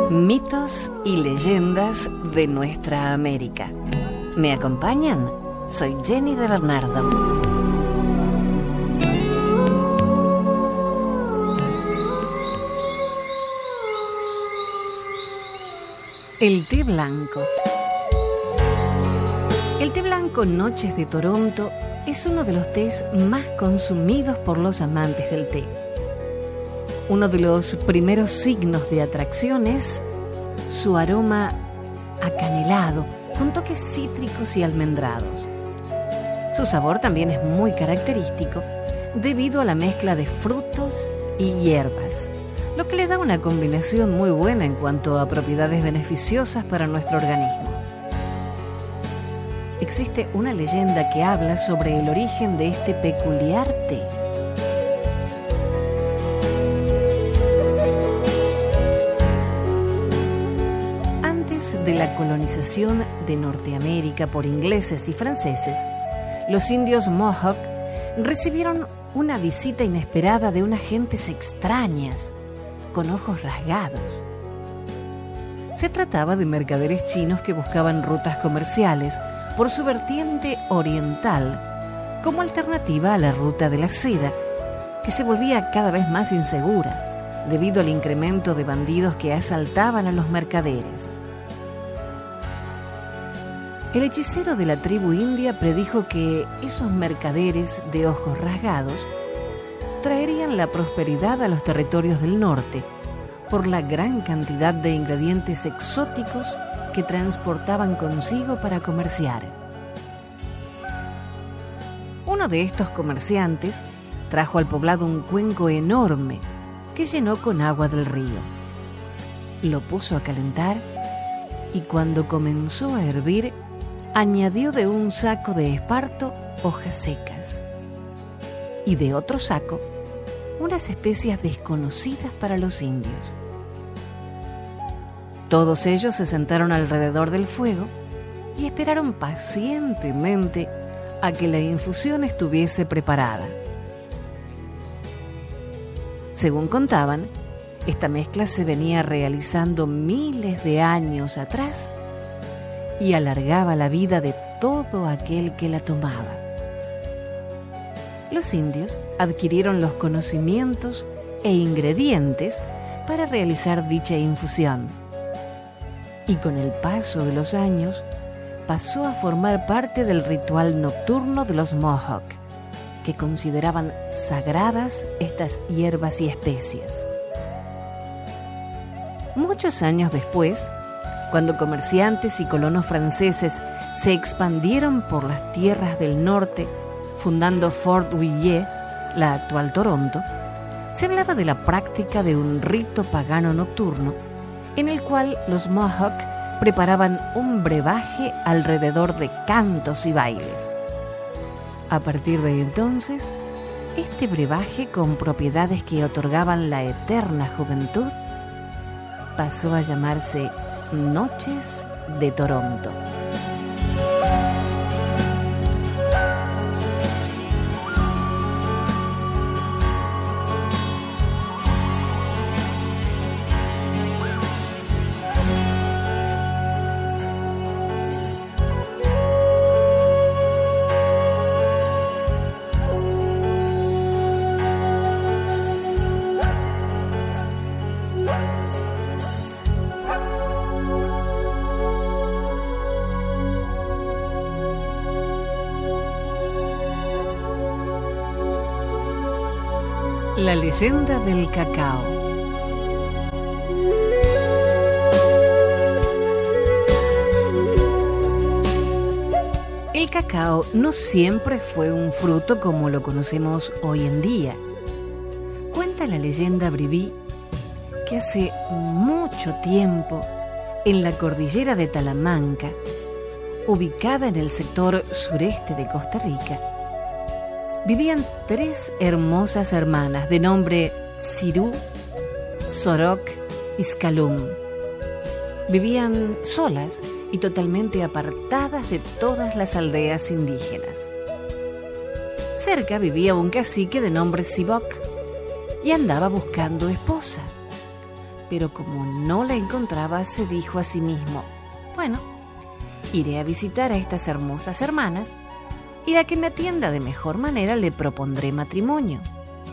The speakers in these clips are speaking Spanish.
Mitos y leyendas de nuestra América. ¿Me acompañan? Soy Jenny de Bernardo. El té blanco. El té blanco Noches de Toronto es uno de los tés más consumidos por los amantes del té. Uno de los primeros signos de atracción es su aroma acanelado, con toques cítricos y almendrados. Su sabor también es muy característico debido a la mezcla de frutos y hierbas, lo que le da una combinación muy buena en cuanto a propiedades beneficiosas para nuestro organismo. Existe una leyenda que habla sobre el origen de este peculiar té. De la colonización de Norteamérica por ingleses y franceses, los indios Mohawk recibieron una visita inesperada de unas gentes extrañas, con ojos rasgados. Se trataba de mercaderes chinos que buscaban rutas comerciales por su vertiente oriental como alternativa a la ruta de la seda, que se volvía cada vez más insegura debido al incremento de bandidos que asaltaban a los mercaderes. El hechicero de la tribu india predijo que esos mercaderes de ojos rasgados traerían la prosperidad a los territorios del norte por la gran cantidad de ingredientes exóticos que transportaban consigo para comerciar. Uno de estos comerciantes trajo al poblado un cuenco enorme que llenó con agua del río. Lo puso a calentar y cuando comenzó a hervir, añadió de un saco de esparto hojas secas y de otro saco unas especias desconocidas para los indios. Todos ellos se sentaron alrededor del fuego y esperaron pacientemente a que la infusión estuviese preparada. Según contaban, esta mezcla se venía realizando miles de años atrás y alargaba la vida de todo aquel que la tomaba. Los indios adquirieron los conocimientos e ingredientes para realizar dicha infusión, y con el paso de los años pasó a formar parte del ritual nocturno de los Mohawk, que consideraban sagradas estas hierbas y especias. Muchos años después, cuando comerciantes y colonos franceses se expandieron por las tierras del norte, fundando Fort William, la actual Toronto, se hablaba de la práctica de un rito pagano nocturno en el cual los Mohawk preparaban un brebaje alrededor de cantos y bailes. A partir de entonces, este brebaje con propiedades que otorgaban la eterna juventud pasó a llamarse Noches de Toronto. La leyenda del cacao. El cacao no siempre fue un fruto como lo conocemos hoy en día. Cuenta la leyenda bribí que hace mucho tiempo, en la cordillera de Talamanca, ubicada en el sector sureste de Costa Rica, vivían 3 hermosas hermanas de nombre Cirú, Soroc y Scalum. Vivían solas y totalmente apartadas de todas las aldeas indígenas. Cerca vivía un cacique de nombre Siboc y andaba buscando esposa. pero como no la encontraba, se dijo a sí mismo: bueno, iré a visitar a estas hermosas hermanas y la que me atienda de mejor manera le propondré matrimonio.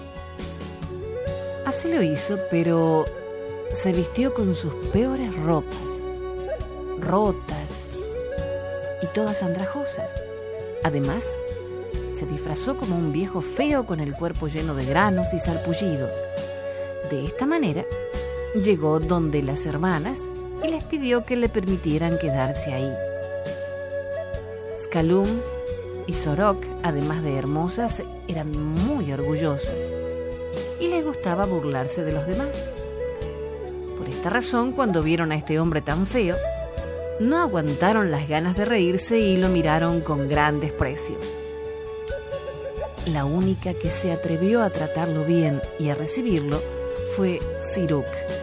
Así lo hizo, pero se vistió con sus peores ropas, rotas y todas andrajosas. Además, se disfrazó como un viejo feo con el cuerpo lleno de granos y sarpullidos. De esta manera, llegó donde las hermanas y les pidió que le permitieran quedarse ahí. Skalum y Sorok, además de hermosas, eran muy orgullosas y les gustaba burlarse de los demás. Por esta razón, cuando vieron a este hombre tan feo, no aguantaron las ganas de reírse y lo miraron con gran desprecio. La única que se atrevió a tratarlo bien y a recibirlo fue Siruk.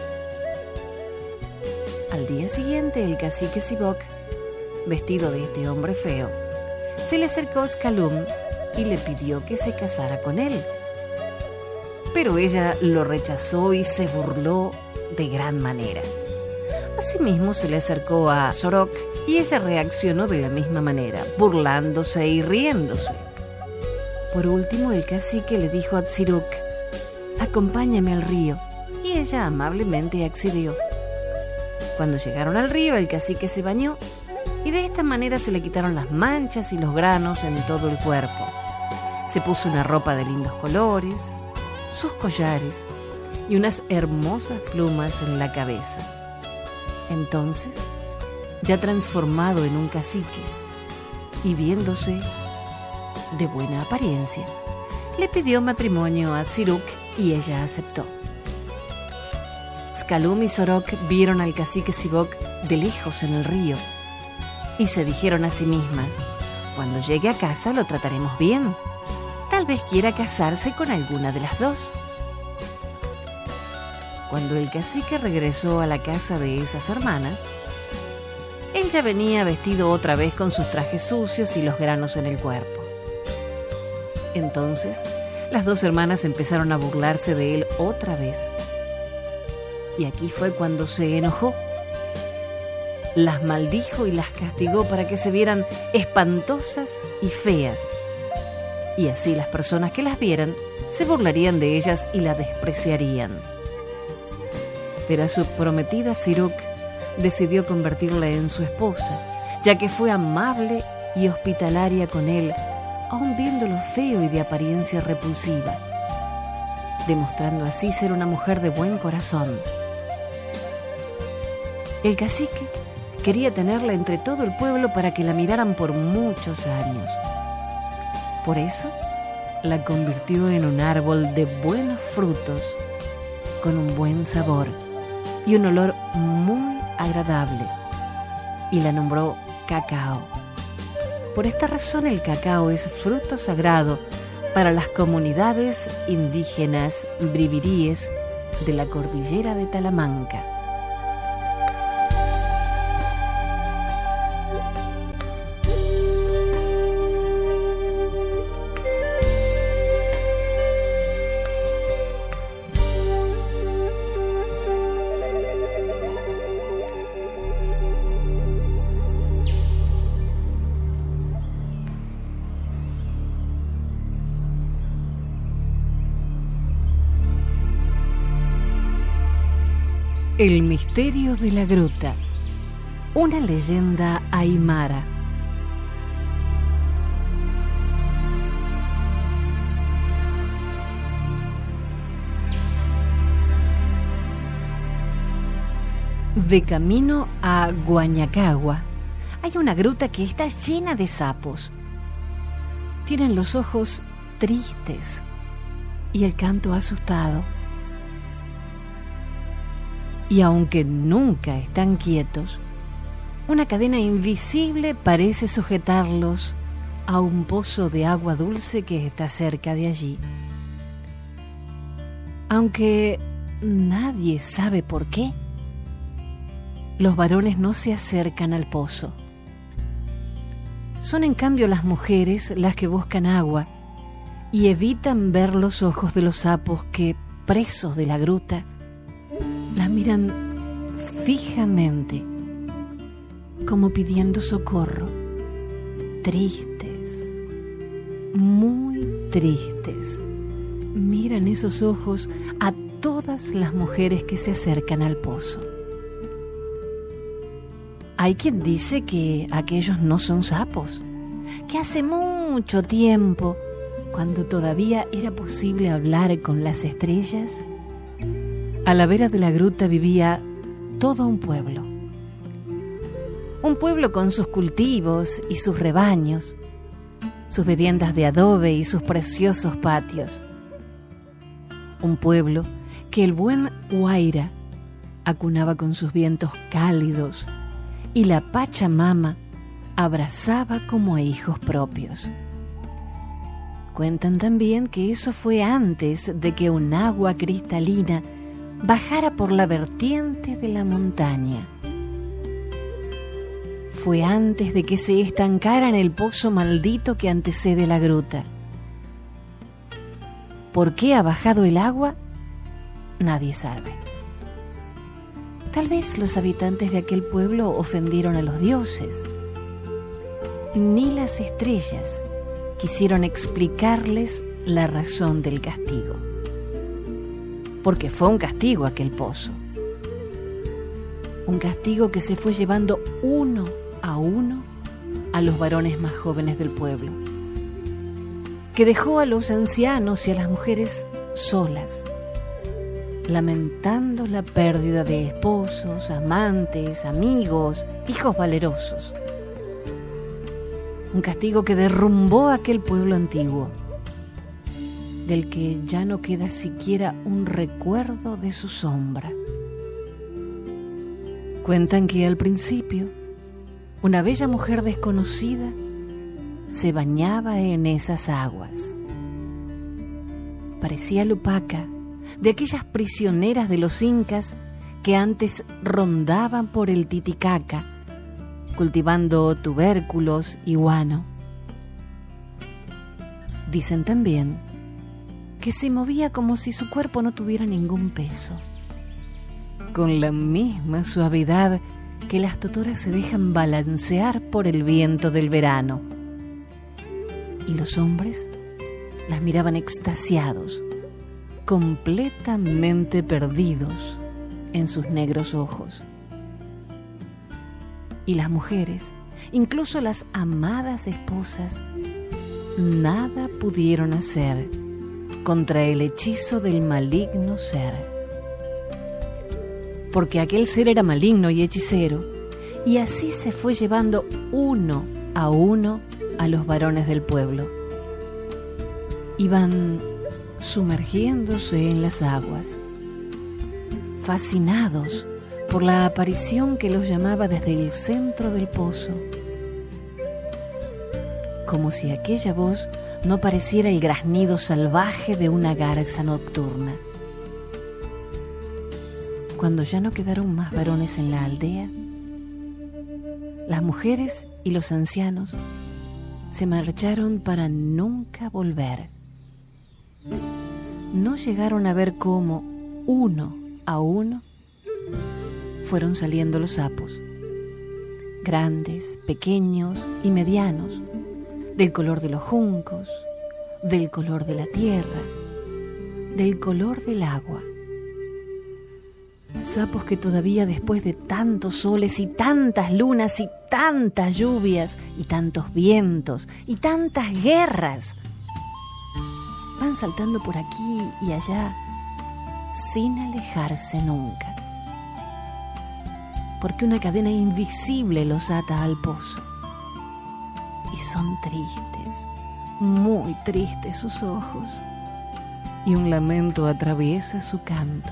Al día siguiente, el cacique Sibok, vestido de este hombre feo, se le acercó a Skalum y le pidió que se casara con él. Pero ella lo rechazó y se burló de gran manera. Asimismo, se le acercó a Sorok y ella reaccionó de la misma manera, burlándose y riéndose. Por último, el cacique le dijo a Siruk: acompáñame al río, y ella amablemente accedió. Cuando llegaron al río, el cacique se bañó y de esta manera se le quitaron las manchas y los granos en todo el cuerpo. Se puso una ropa de lindos colores, sus collares y unas hermosas plumas en la cabeza. Entonces, ya transformado en un cacique y viéndose de buena apariencia, le pidió matrimonio a Siruk y ella aceptó. Skalum y Sorok vieron al cacique Sibok de lejos en el río y se dijeron a sí mismas: cuando llegue a casa lo trataremos bien. Tal vez quiera casarse con alguna de las dos. Cuando el cacique regresó a la casa de esas hermanas, él ya venía vestido otra vez con sus trajes sucios y los granos en el cuerpo. Entonces, las dos hermanas empezaron a burlarse de él otra vez. Y aquí fue cuando se enojó. Las maldijo y las castigó para que se vieran espantosas y feas. Y así las personas que las vieran se burlarían de ellas y la despreciarían. Pero a su prometida Siruk decidió convertirla en su esposa, ya que fue amable y hospitalaria con él, aun viéndolo feo y de apariencia repulsiva, demostrando así ser una mujer de buen corazón. El cacique quería tenerla entre todo el pueblo para que la miraran por muchos años. Por eso, la convirtió en un árbol de buenos frutos, con un buen sabor y un olor muy agradable, y la nombró cacao. Por esta razón, el cacao es fruto sagrado para las comunidades indígenas briviríes de la cordillera de Talamanca. El misterio de la gruta, una leyenda aymara. De camino a Guañacagua hay una gruta que está llena de sapos. Tienen los ojos tristes y el canto asustado. Y aunque nunca están quietos, una cadena invisible parece sujetarlos a un pozo de agua dulce que está cerca de allí. Aunque nadie sabe por qué, los varones no se acercan al pozo. Son en cambio las mujeres las que buscan agua y evitan ver los ojos de los sapos que, presos de la gruta, las miran fijamente, como pidiendo socorro, tristes, muy tristes. Miran esos ojos a todas las mujeres que se acercan al pozo. Hay quien dice que aquellos no son sapos, que hace mucho tiempo, cuando todavía era posible hablar con las estrellas, a la vera de la gruta vivía todo un pueblo. Un pueblo con sus cultivos y sus rebaños, sus viviendas de adobe y sus preciosos patios. Un pueblo que el buen Huayra acunaba con sus vientos cálidos y la Pachamama abrazaba como a hijos propios. Cuentan también que eso fue antes de que un agua cristalina bajara por la vertiente de la montaña. Fue antes de que se estancara en el pozo maldito que antecede la gruta. ¿Por qué ha bajado el agua? Nadie sabe. Tal vez los habitantes de aquel pueblo ofendieron a los dioses. Ni las estrellas quisieron explicarles la razón del castigo. Porque fue un castigo aquel pozo. Un castigo que se fue llevando uno a uno a los varones más jóvenes del pueblo, que dejó a los ancianos y a las mujeres solas, lamentando la pérdida de esposos, amantes, amigos, hijos valerosos. Un castigo que derrumbó aquel pueblo antiguo, del que ya no queda siquiera un recuerdo de su sombra. Cuentan que al principio, una bella mujer desconocida se bañaba en esas aguas. Parecía Lupaca, de aquellas prisioneras de los incas que antes rondaban por el Titicaca, cultivando tubérculos y guano. Dicen también que se movía como si su cuerpo no tuviera ningún peso, con la misma suavidad que las totoras se dejan balancear por el viento del verano. Y los hombres las miraban extasiados, completamente perdidos en sus negros ojos. Y las mujeres, incluso las amadas esposas, nada pudieron hacer contra el hechizo del maligno ser. Porque aquel ser era maligno y hechicero, y así se fue llevando uno a los varones del pueblo. Iban sumergiéndose en las aguas, fascinados por la aparición que los llamaba desde el centro del pozo, como si aquella voz no pareciera el graznido salvaje de una garza nocturna. Cuando ya no quedaron más varones en la aldea, las mujeres y los ancianos se marcharon para nunca volver. No llegaron a ver cómo, uno a uno, fueron saliendo los sapos, grandes, pequeños y medianos, del color de los juncos, del color de la tierra, del color del agua. Sapos que todavía después de tantos soles y tantas lunas y tantas lluvias y tantos vientos y tantas guerras van saltando por aquí y allá sin alejarse nunca, porque una cadena invisible los ata al pozo. Y son tristes, muy tristes sus ojos, y un lamento atraviesa su canto.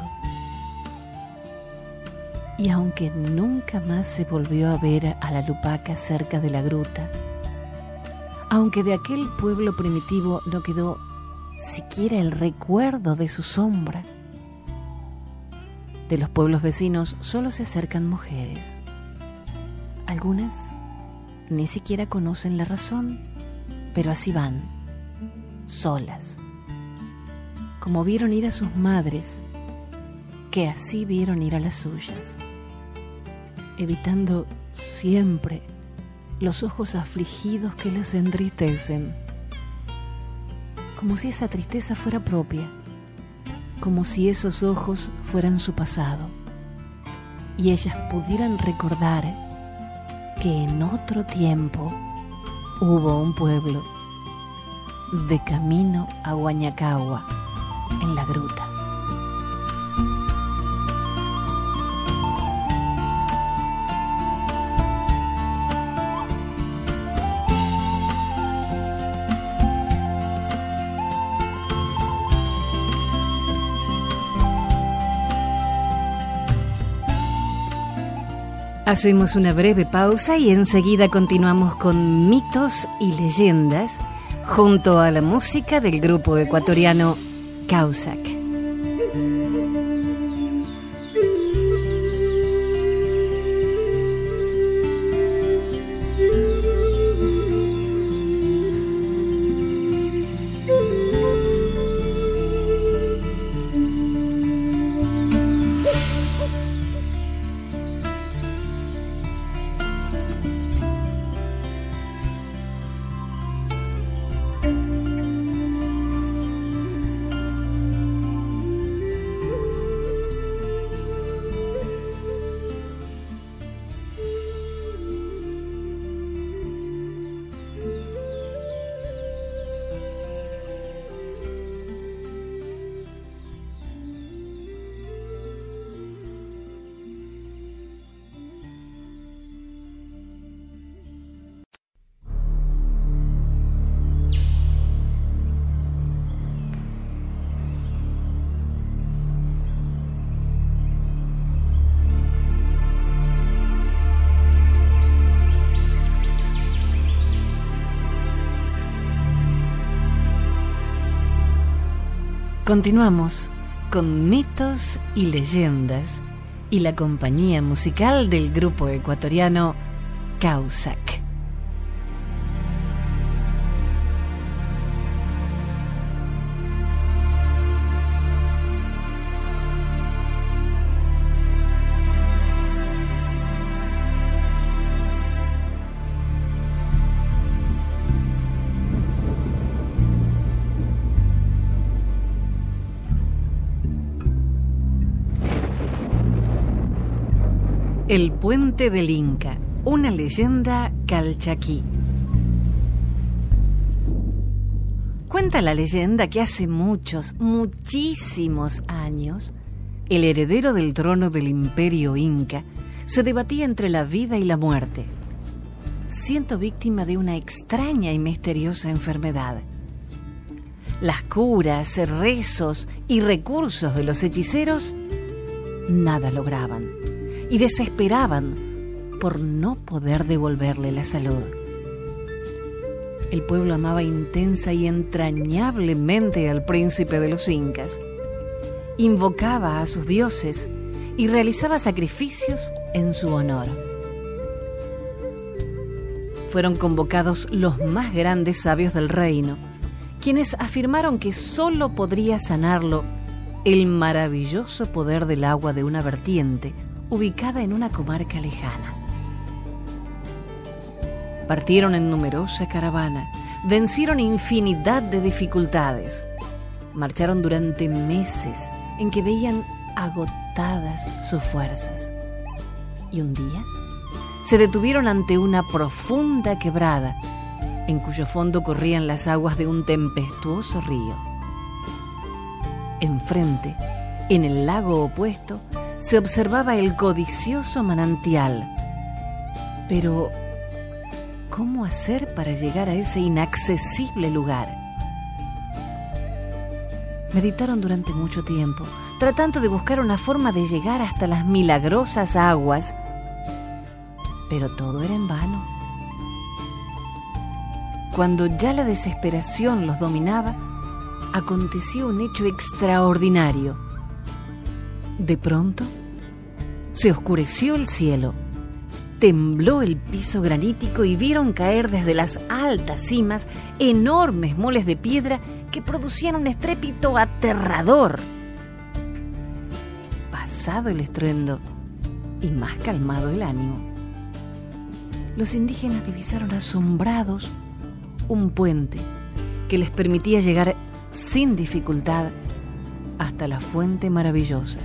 Y aunque nunca más se volvió a ver a la Lupaca cerca de la gruta, aunque de aquel pueblo primitivo no quedó siquiera el recuerdo de su sombra, de los pueblos vecinos solo se acercan mujeres. Algunas ni siquiera conocen la razón, pero así van, solas, como vieron ir a sus madres que así vieron ir a las suyas, evitando siempre los ojos afligidos que las entristecen, como si esa tristeza fuera propia, como si esos ojos fueran su pasado y ellas pudieran recordar que en otro tiempo hubo un pueblo de camino a Huañacagua, en la gruta. Hacemos una breve pausa y enseguida continuamos con mitos y leyendas junto a la música del grupo ecuatoriano Causac. Continuamos con mitos y leyendas y la compañía musical del grupo ecuatoriano Causac. El puente del Inca, una leyenda calchaquí. Cuenta la leyenda que hace muchísimos años, el heredero del trono del imperio inca se debatía entre la vida y la muerte, siendo víctima de una extraña y misteriosa enfermedad. Las curas, rezos y recursos de los hechiceros nada lograban y desesperaban por no poder devolverle la salud. El pueblo amaba intensa y entrañablemente al príncipe de los incas, invocaba a sus dioses y realizaba sacrificios en su honor. Fueron convocados los más grandes sabios del reino, quienes afirmaron que solo podría sanarlo el maravilloso poder del agua de una vertiente ubicada en una comarca lejana. Partieron en numerosa caravana, vencieron infinidad de dificultades, marcharon durante meses en que veían agotadas sus fuerzas. Y un día se detuvieron ante una profunda quebrada, en cuyo fondo corrían las aguas de un tempestuoso río. Enfrente, en el lago opuesto, se observaba el codicioso manantial. Pero, ¿cómo hacer para llegar a ese inaccesible lugar? Meditaron durante mucho tiempo, tratando de buscar una forma de llegar hasta las milagrosas aguas, pero todo era en vano. Cuando ya la desesperación los dominaba, aconteció un hecho extraordinario. De pronto, se oscureció el cielo, tembló el piso granítico y vieron caer desde las altas cimas enormes moles de piedra que producían un estrépito aterrador. cesado el estruendo y más calmado el ánimo, los indígenas divisaron asombrados un puente que les permitía llegar sin dificultad hasta la fuente maravillosa.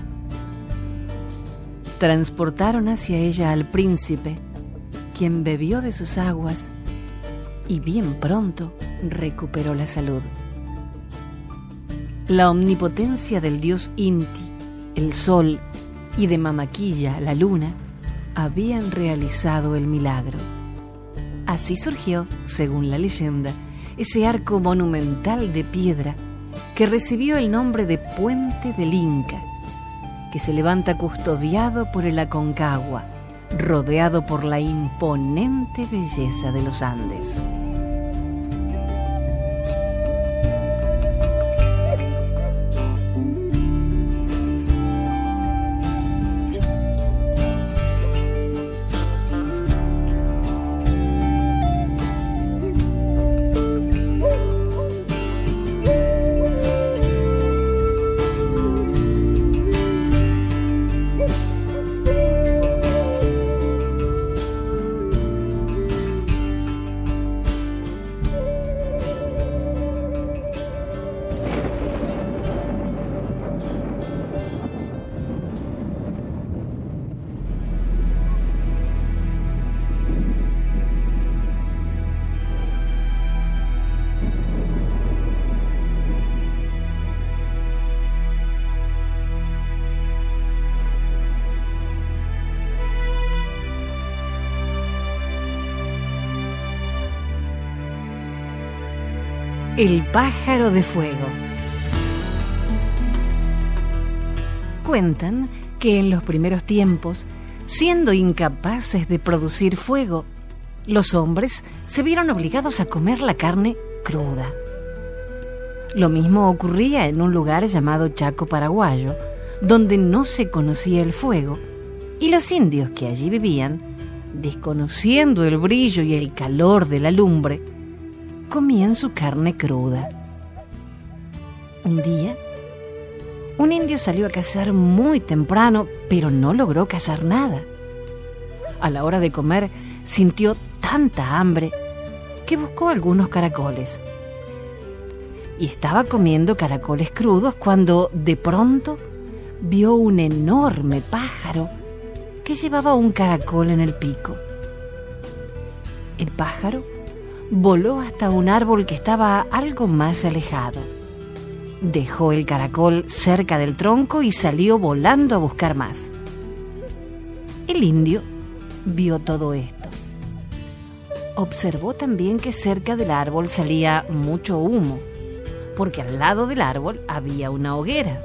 Transportaron hacia ella al príncipe, quien bebió de sus aguas y bien pronto recuperó la salud. La omnipotencia del dios Inti, el sol, y de Mamaquilla, la luna, habían realizado el milagro. Así surgió, según la leyenda, ese arco monumental de piedra que recibió el nombre de Puente del Inca, que se levanta custodiado por el Aconcagua, rodeado por la imponente belleza de los Andes. El pájaro de fuego. Cuentan que en los primeros tiempos, siendo incapaces de producir fuego, los hombres se vieron obligados a comer la carne cruda. Lo mismo ocurría en un lugar llamado Chaco Paraguayo, donde no se conocía el fuego, y los indios que allí vivían, desconociendo el brillo y el calor de la lumbre, comían su carne cruda. Un día, un indio salió a cazar muy temprano, pero no logró cazar nada. A la hora de comer, sintió tanta hambre que buscó algunos caracoles. Y estaba comiendo caracoles crudos cuando, de pronto, vio un enorme pájaro que llevaba un caracol en el pico. El pájaro voló hasta un árbol que estaba algo más alejado. Dejó el caracol cerca del tronco y salió volando a buscar más. El indio vio todo esto. Observó también que cerca del árbol salía mucho humo, porque al lado del árbol había una hoguera.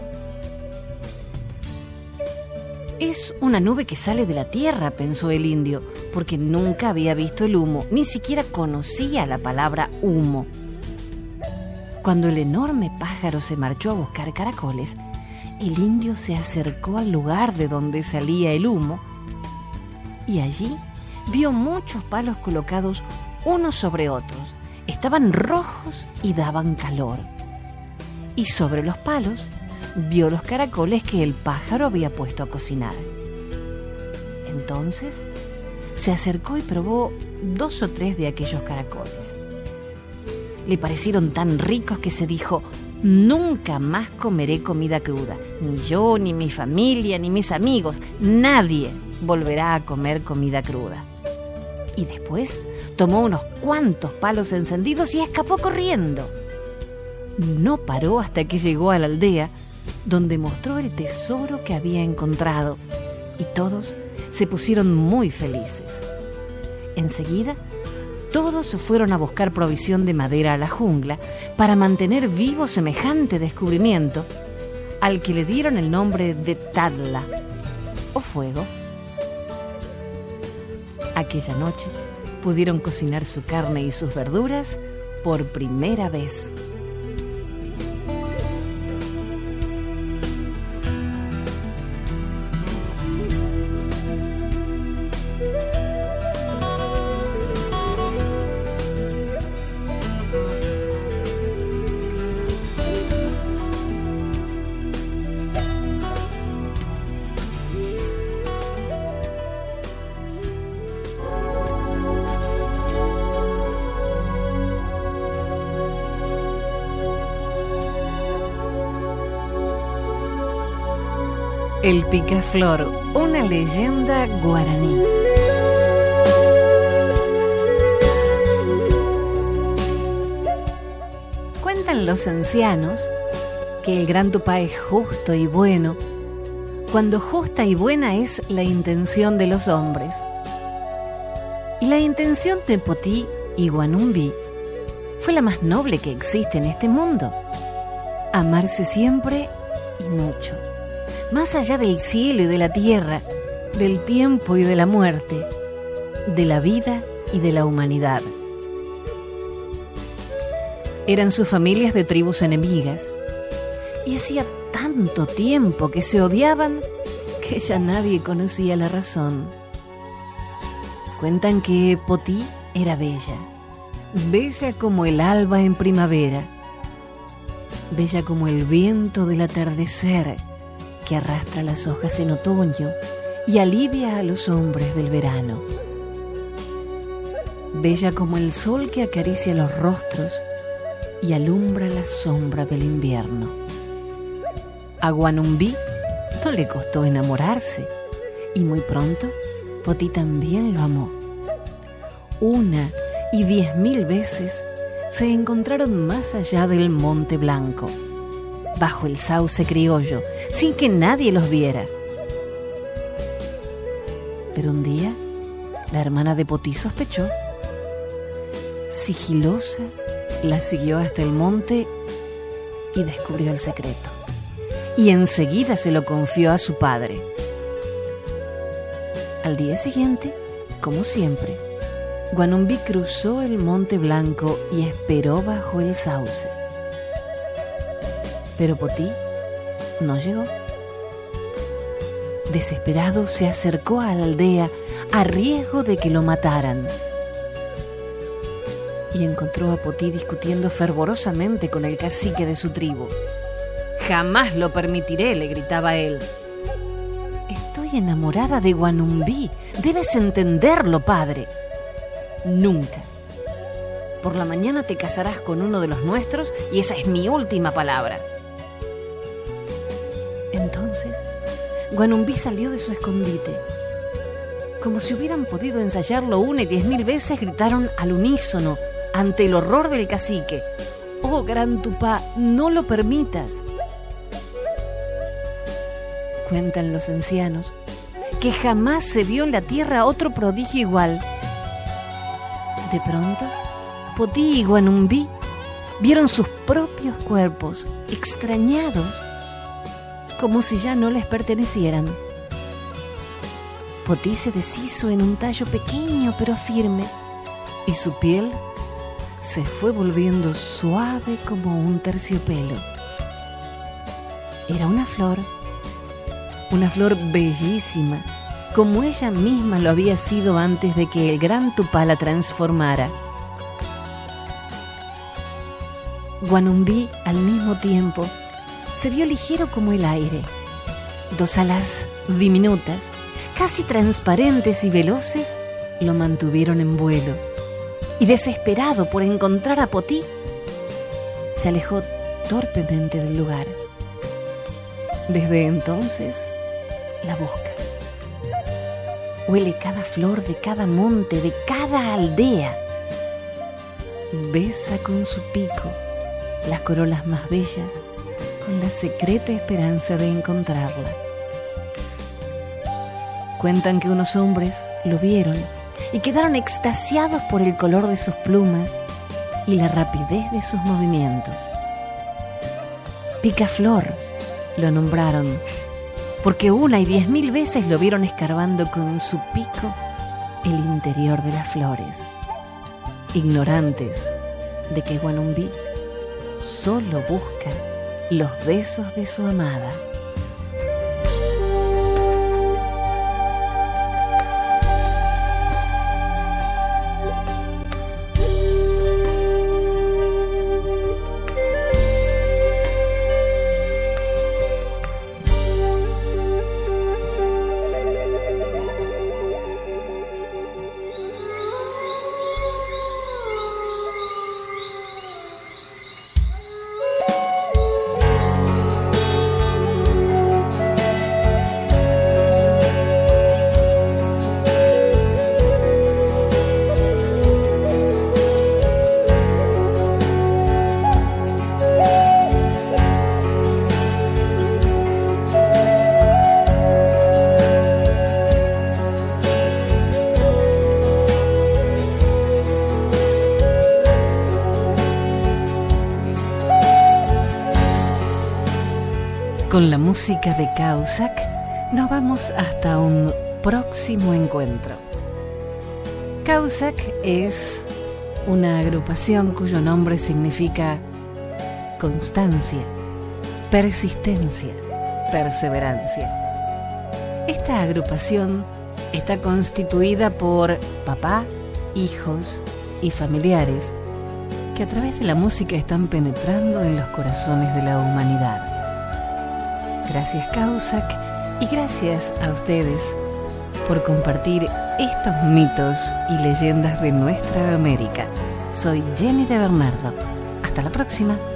Es una nube que sale de la tierra, pensó el indio, porque nunca había visto el humo, ni siquiera conocía la palabra humo. Cuando el enorme pájaro se marchó a buscar caracoles, el indio se acercó al lugar de donde salía el humo y allí vio muchos palos colocados unos sobre otros. Estaban rojos y daban calor. Y sobre los palos vio los caracoles que el pájaro había puesto a cocinar. Entonces se acercó y probó 2 o 3 de aquellos caracoles. Le parecieron tan ricos que se dijo: nunca más comeré comida cruda. Ni yo, ni mi familia, ni mis amigos. Nadie volverá a comer comida cruda. Y después tomó unos cuantos palos encendidos y escapó corriendo. No paró hasta que llegó a la aldea, donde mostró el tesoro que había encontrado, y todos se pusieron muy felices. Enseguida, todos se fueron a buscar provisión de madera a la jungla para mantener vivo semejante descubrimiento, al que le dieron el nombre de Tadla, o fuego. Aquella noche pudieron cocinar su carne y sus verduras por primera vez. El picaflor, una leyenda guaraní. Cuentan los ancianos que el Gran Tupá es justo y bueno, cuando justa y buena es la intención de los hombres. Y la intención de Potí y Guanumbi fue la más noble que existe en este mundo: amarse siempre y mucho, más allá del cielo y de la tierra, del tiempo y de la muerte, de la vida y de la humanidad. Eran sus familias de tribus enemigas, y hacía tanto tiempo que se odiaban que ya nadie conocía la razón. Cuentan que Potí era bella, bella como el alba en primavera, bella como el viento del atardecer que arrastra las hojas en otoño y alivia a los hombres del verano, bella como el sol que acaricia los rostros y alumbra la sombra del invierno. A Guanumbi no le costó enamorarse, y muy pronto Potí también lo amó. 1 y 10.000 veces se encontraron más allá del Monte Blanco, bajo el sauce criollo, sin que nadie los viera. Pero un día, la hermana de Potí sospechó. Sigilosa, la siguió hasta el monte y descubrió el secreto. Y enseguida se lo confió a su padre. Al día siguiente, como siempre, Guanumbi cruzó el Monte Blanco y esperó bajo el sauce. Pero Potí no llegó. Desesperado, se acercó a la aldea a riesgo de que lo mataran. Y encontró a Potí discutiendo fervorosamente con el cacique de su tribu. «Jamás lo permitiré», le gritaba él. «Estoy enamorada de Guanumbi. Debes entenderlo, padre». «Nunca. Por la mañana te casarás con uno de los nuestros y esa es mi última palabra». Entonces, Guanumbi salió de su escondite. Como si hubieran podido ensayarlo 1 y 10.000 veces, gritaron al unísono ante el horror del cacique: «Oh, Gran Tupá, no lo permitas». Cuentan los ancianos que jamás se vio en la tierra otro prodigio igual. De pronto, Potí y Guanumbi vieron sus propios cuerpos, extrañados, como si ya no les pertenecieran. Potí se deshizo en un tallo pequeño pero firme, y su piel se fue volviendo suave como un terciopelo. Era una flor bellísima, como ella misma lo había sido antes de que el Gran Tupá la transformara. Guanumbi, al mismo tiempo, se vio ligero como el aire. 2 alas diminutas, casi transparentes y veloces, lo mantuvieron en vuelo. Y desesperado por encontrar a Potí, se alejó torpemente del lugar. Desde entonces, la busca. Huele cada flor de cada monte, de cada aldea. Besa con su pico las corolas más bellas, con la secreta esperanza de encontrarla. Cuentan que unos hombres lo vieron y quedaron extasiados por el color de sus plumas y la rapidez de sus movimientos. Picaflor lo nombraron, porque 1 y 10.000 veces lo vieron escarbando con su pico el interior de las flores, ignorantes de que Guanumbi solo busca los besos de su amada. con la música de Causac, nos vamos hasta un próximo encuentro. Causac es una agrupación cuyo nombre significa constancia, persistencia, perseverancia. Esta agrupación está constituida por papá, hijos y familiares que a través de la música están penetrando en los corazones de la humanidad. Gracias Causac y gracias a ustedes por compartir estos mitos y leyendas de nuestra América. Soy Jenny de Bernardo. Hasta la próxima.